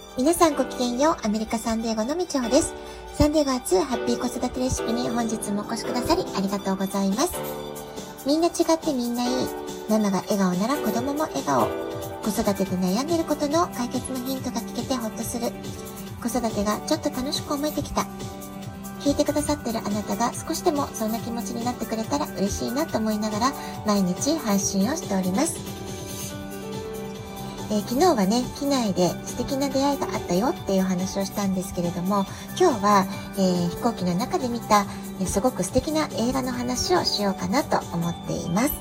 皆さんごきげんよう。アメリカサンディエゴのみちほです。サンディエゴ初ハッピー子育てレシピに本日もお越しくださりありがとうございます。みんな違ってみんないい。ママが笑顔なら子供も笑顔。子育てで悩んでいることの解決のヒントが聞けてほっとする。子育てがちょっと楽しく思えてきた。聞いてくださっているあなたが少しでもそんな気持ちになってくれたら嬉しいなと思いながら毎日配信をしております。昨日はね、機内で素敵な出会いがあったよっていう話をしたんですけれども、今日は、飛行機の中で見た、すごく素敵な映画の話をしようかなと思っています。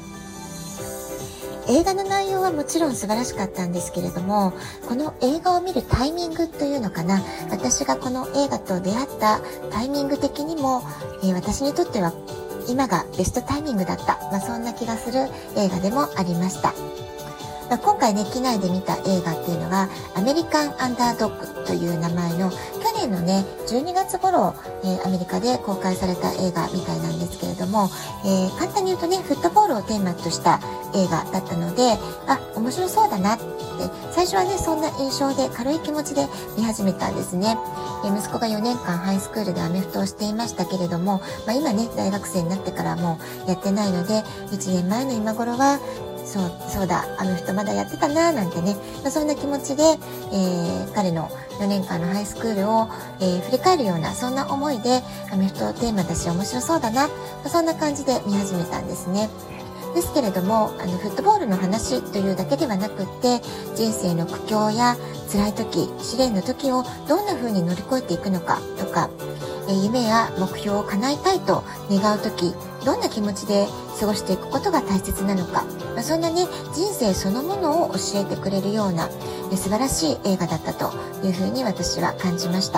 映画の内容はもちろん素晴らしかったんですけれども、この映画を見るタイミングというのかな、私がこの映画と出会ったタイミング的にも、私にとっては今がベストタイミングだった、そんな気がする映画でもありました。今回ね、機内で見た映画っていうのはアメリカンアンダードッグという名前の去年のね12月頃、アメリカで公開された映画みたいなんですけれども、簡単に言うとねフットボールをテーマとした映画だったので、面白そうだなって最初はねそんな印象で軽い気持ちで見始めたんですね。息子が4年間ハイスクールでアメフトをしていましたけれども、今ね大学生になってからもうやってないので、1年前の今頃はそうだ、アメフトまだやってたななんてね、そんな気持ちで、彼の4年間のハイスクールを、振り返るようなそんな思いでアメフトテーマだし面白そうだな、そんな感じで見始めたんですね。ですけれどもフットボールの話というだけではなくって、人生の苦境や辛い時、試練の時をどんな風に乗り越えていくのかとか、夢や目標を叶えたいと願う時どんな気持ちで過ごしていくことが大切なのか、そんなね人生そのものを教えてくれるような素晴らしい映画だったというふうに私は感じました。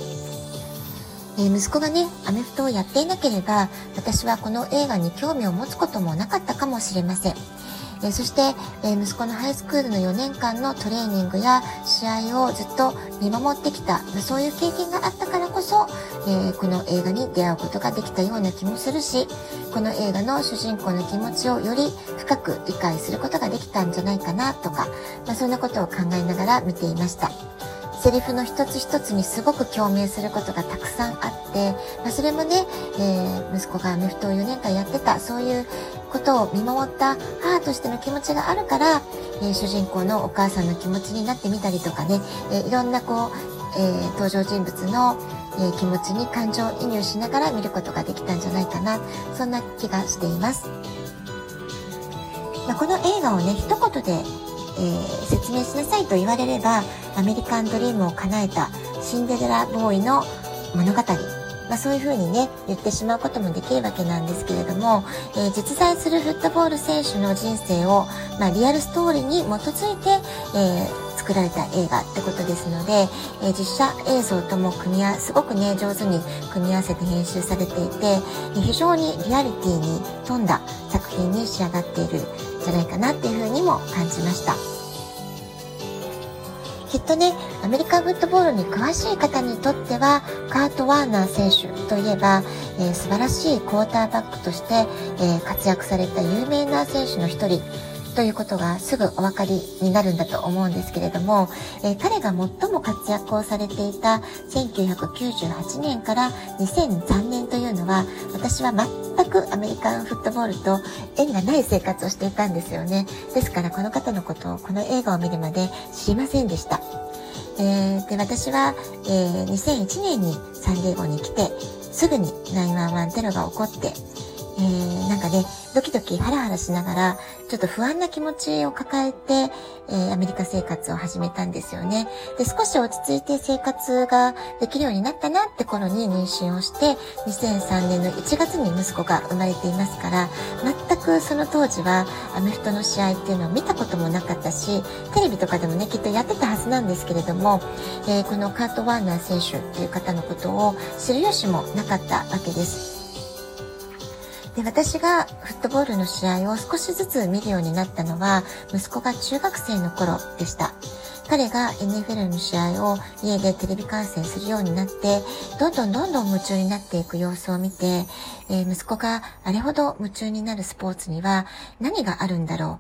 息子がねアメフトをやっていなければ私はこの映画に興味を持つこともなかったかもしれません。そして、息子のハイスクールの4年間のトレーニングや試合をずっと見守ってきた、そういう経験があったからこそ、この映画に出会うことができたような気もするし、この映画の主人公の気持ちをより深く理解することができたんじゃないかなとか、そんなことを考えながら見ていました。セリフの一つ一つにすごく共鳴することがたくさんあって、それもね、息子がアメフトを4年間やってた、そういうことを見守った母としての気持ちがあるから、主人公のお母さんの気持ちになってみたりとかね、いろんな登場人物の、気持ちに感情移入しながら見ることができたんじゃないかな、そんな気がしています。この映画をね一言で説明しなさいと言われれば、アメリカンドリームを叶えたシンデレラボーイの物語、そういう風にね言ってしまうこともできるわけなんですけれども、実在するフットボール選手の人生を、リアルストーリーに基づいて、作られた映画ってことですので、実写映像ともすごくね上手に組み合わせて編集されていて、非常にリアリティに富んだ作品に仕上がっているんじゃないかなっていうふうにも感じました。きっとねアメリカンフットボールに詳しい方にとってはカート・ワーナー選手といえば、素晴らしいクォーターバックとして、活躍された有名な選手の一人ということがすぐお分かりになるんだと思うんですけれども、彼が最も活躍をされていた1998年から2003年というのは、私は全くアメリカンフットボールと縁がない生活をしていたんですよね。ですからこの方のことをこの映画を見るまで知りませんでした。で私は、2001年にサンディエゴに来てすぐに911テロが起こって、なんかねドキドキハラハラしながらちょっと不安な気持ちを抱えて、アメリカ生活を始めたんですよね。で少し落ち着いて生活ができるようになったなって頃に妊娠をして2003年の1月に息子が生まれていますから、全くその当時はアメフトの試合っていうのを見たこともなかったし、テレビとかでもねきっとやってたはずなんですけれども、このカート・ワーナー選手という方のことを知る由もなかったわけです。で私がフットボールの試合を少しずつ見るようになったのは息子が中学生の頃でした。彼が NFL の試合を家でテレビ観戦するようになってどんどん夢中になっていく様子を見て、息子があれほど夢中になるスポーツには何があるんだろう、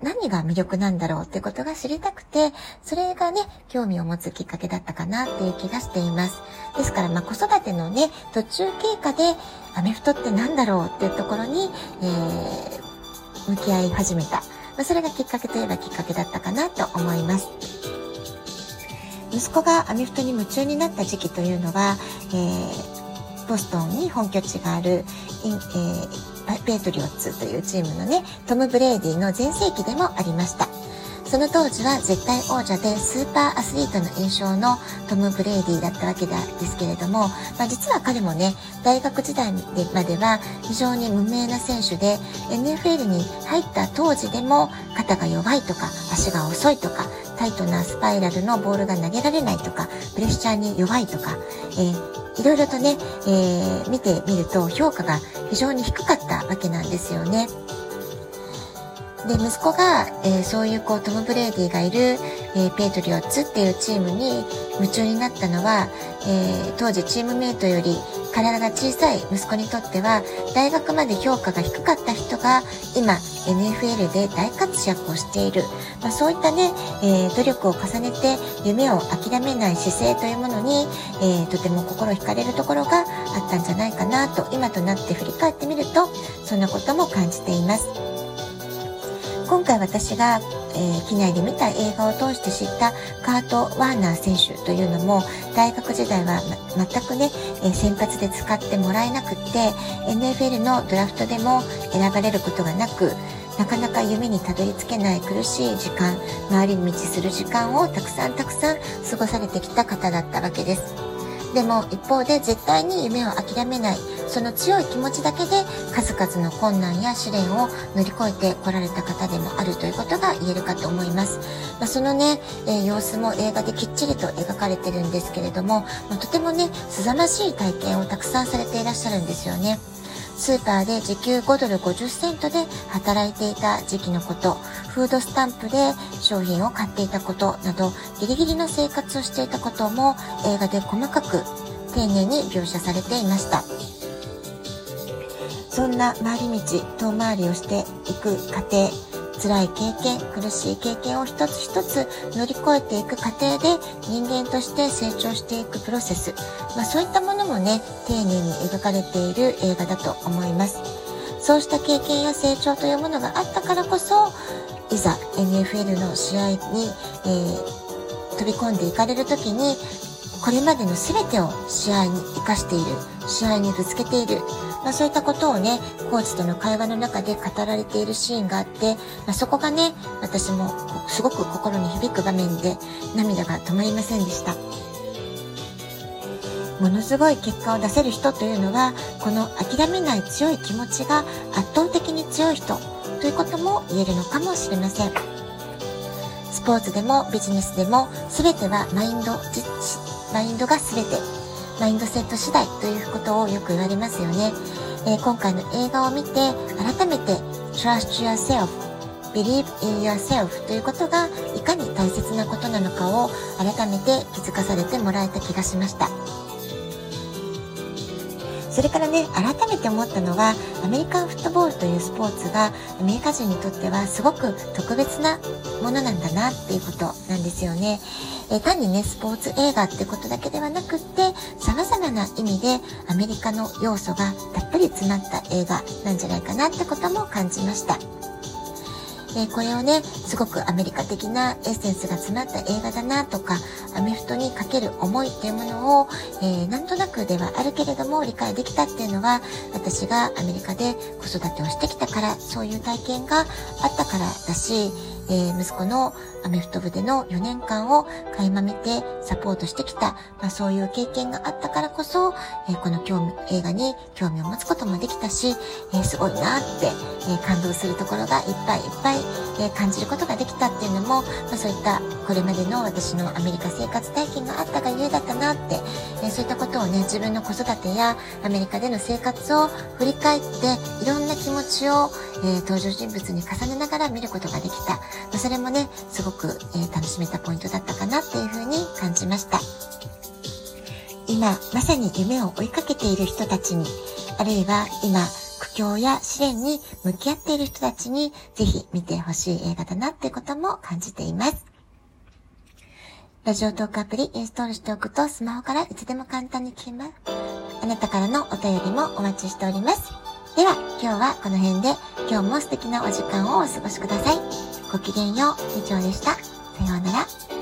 何が魅力なんだろうってことが知りたくて、それがね、興味を持つきっかけだったかなっていう気がしています。ですから、子育てのね、途中経過で、アメフトって何だろうっていうところに、向き合い始めた。それがきっかけといえばきっかけだったかなと思います。息子がアメフトに夢中になった時期というのは、ボストンに本拠地があるペイトリオッツというチームのね、トム・ブレイディの全盛期でもありました。その当時は絶対王者でスーパーアスリートの印象のトム・ブレイディだったわけですけれども、実は彼もね、大学時代までは非常に無名な選手で、NFL に入った当時でも肩が弱いとか足が遅いとかタイトなスパイラルのボールが投げられないとかプレッシャーに弱いとか、いろいろとね、見てみると評価が非常に低かったわけなんですよね。で、息子が、そういうトム・ブレイディがいる、ペイトリオッツっていうチームに夢中になったのは、当時チームメイトより体が小さい息子にとっては、大学まで評価が低かった人が今 NFL で大活躍をしている、そういったね、努力を重ねて夢を諦めない姿勢というものに、とても心惹かれるところがあったんじゃないかなと、今となって振り返ってみるとそんなことも感じています。今回私が、機内で見た映画を通して知ったカート・ワーナー選手というのも、大学時代は全くね、先発で使ってもらえなくって、NFL のドラフトでも選ばれることがなく、なかなか夢にたどり着けない苦しい時間、回り道する時間をたくさん過ごされてきた方だったわけです。でも一方で絶対に夢を諦めない、その強い気持ちだけで数々の困難や試練を乗り越えてこられた方でもあるということが言えるかと思います。そのね、様子も映画できっちりと描かれてるんですけれども、とてもね、すさまじい体験をたくさんされていらっしゃるんですよね。スーパーで時給5ドル50セントで働いていた時期のこと、フードスタンプで商品を買っていたことなど、ギリギリの生活をしていたことも映画で細かく丁寧に描写されていました。そんな回り道、遠回りをしていく過程、辛い経験、苦しい経験を一つ一つ乗り越えていく過程で人間として成長していくプロセス、そういったものもね、丁寧に描かれている映画だと思います。そうした経験や成長というものがあったからこそ、いざ NFL の試合に、飛び込んでいかれるときに、これまでの全てを試合に生かしている、試合にぶつけている、そういったことをね、コーチとの会話の中で語られているシーンがあって、そこがね、私もすごく心に響く場面で涙が止まりませんでした。ものすごい結果を出せる人というのは、この諦めない強い気持ちが圧倒的に強い人ということも言えるのかもしれません。スポーツでもビジネスでも全てはマインドが全て、マインドセット次第ということをよく言われますよね。今回の映画を見て改めて Trust yourself, Believe in yourself ということがいかに大切なことなのかを改めて気づかされてもらえた気がしました。それからね、改めて思ったのは、アメリカンフットボールというスポーツがアメリカ人にとってはすごく特別なものなんだなっていうことなんですよね。単にね、スポーツ映画ってことだけではなくって、様々な意味でアメリカの要素がたっぷり詰まった映画なんじゃないかなってことも感じました。これをね、すごくアメリカ的なエッセンスが詰まった映画だなとか、アメフトにかける思いっていうものを、なんとなくではあるけれども理解できたっていうのは、私がアメリカで子育てをしてきたから、そういう体験があったからだし、息子のアメフト部での4年間を垣間見てサポートしてきた、そういう経験があったからこそ、この映画に興味を持つこともできたし、すごいなって、感動するところがいっぱいいっぱい、感じることができたっていうのも、そういったこれまでの私のアメリカ生活体験があったがゆえだったなって、そういったことをね、自分の子育てやアメリカでの生活を振り返っていろんな気持ちを、登場人物に重ねながら見ることができた。それもね、すごく、楽しめたポイントだったかなっていうふうに感じました。今まさに夢を追いかけている人たちに、あるいは今苦境や試練に向き合っている人たちにぜひ見てほしい映画だなってことも感じています。ラジオトークアプリインストールしておくとスマホからいつでも簡単に聞けます。あなたからのお便りもお待ちしております。では今日はこの辺で、今日も素敵なお時間をお過ごしください。ごきげんよう。以上でした。さようなら。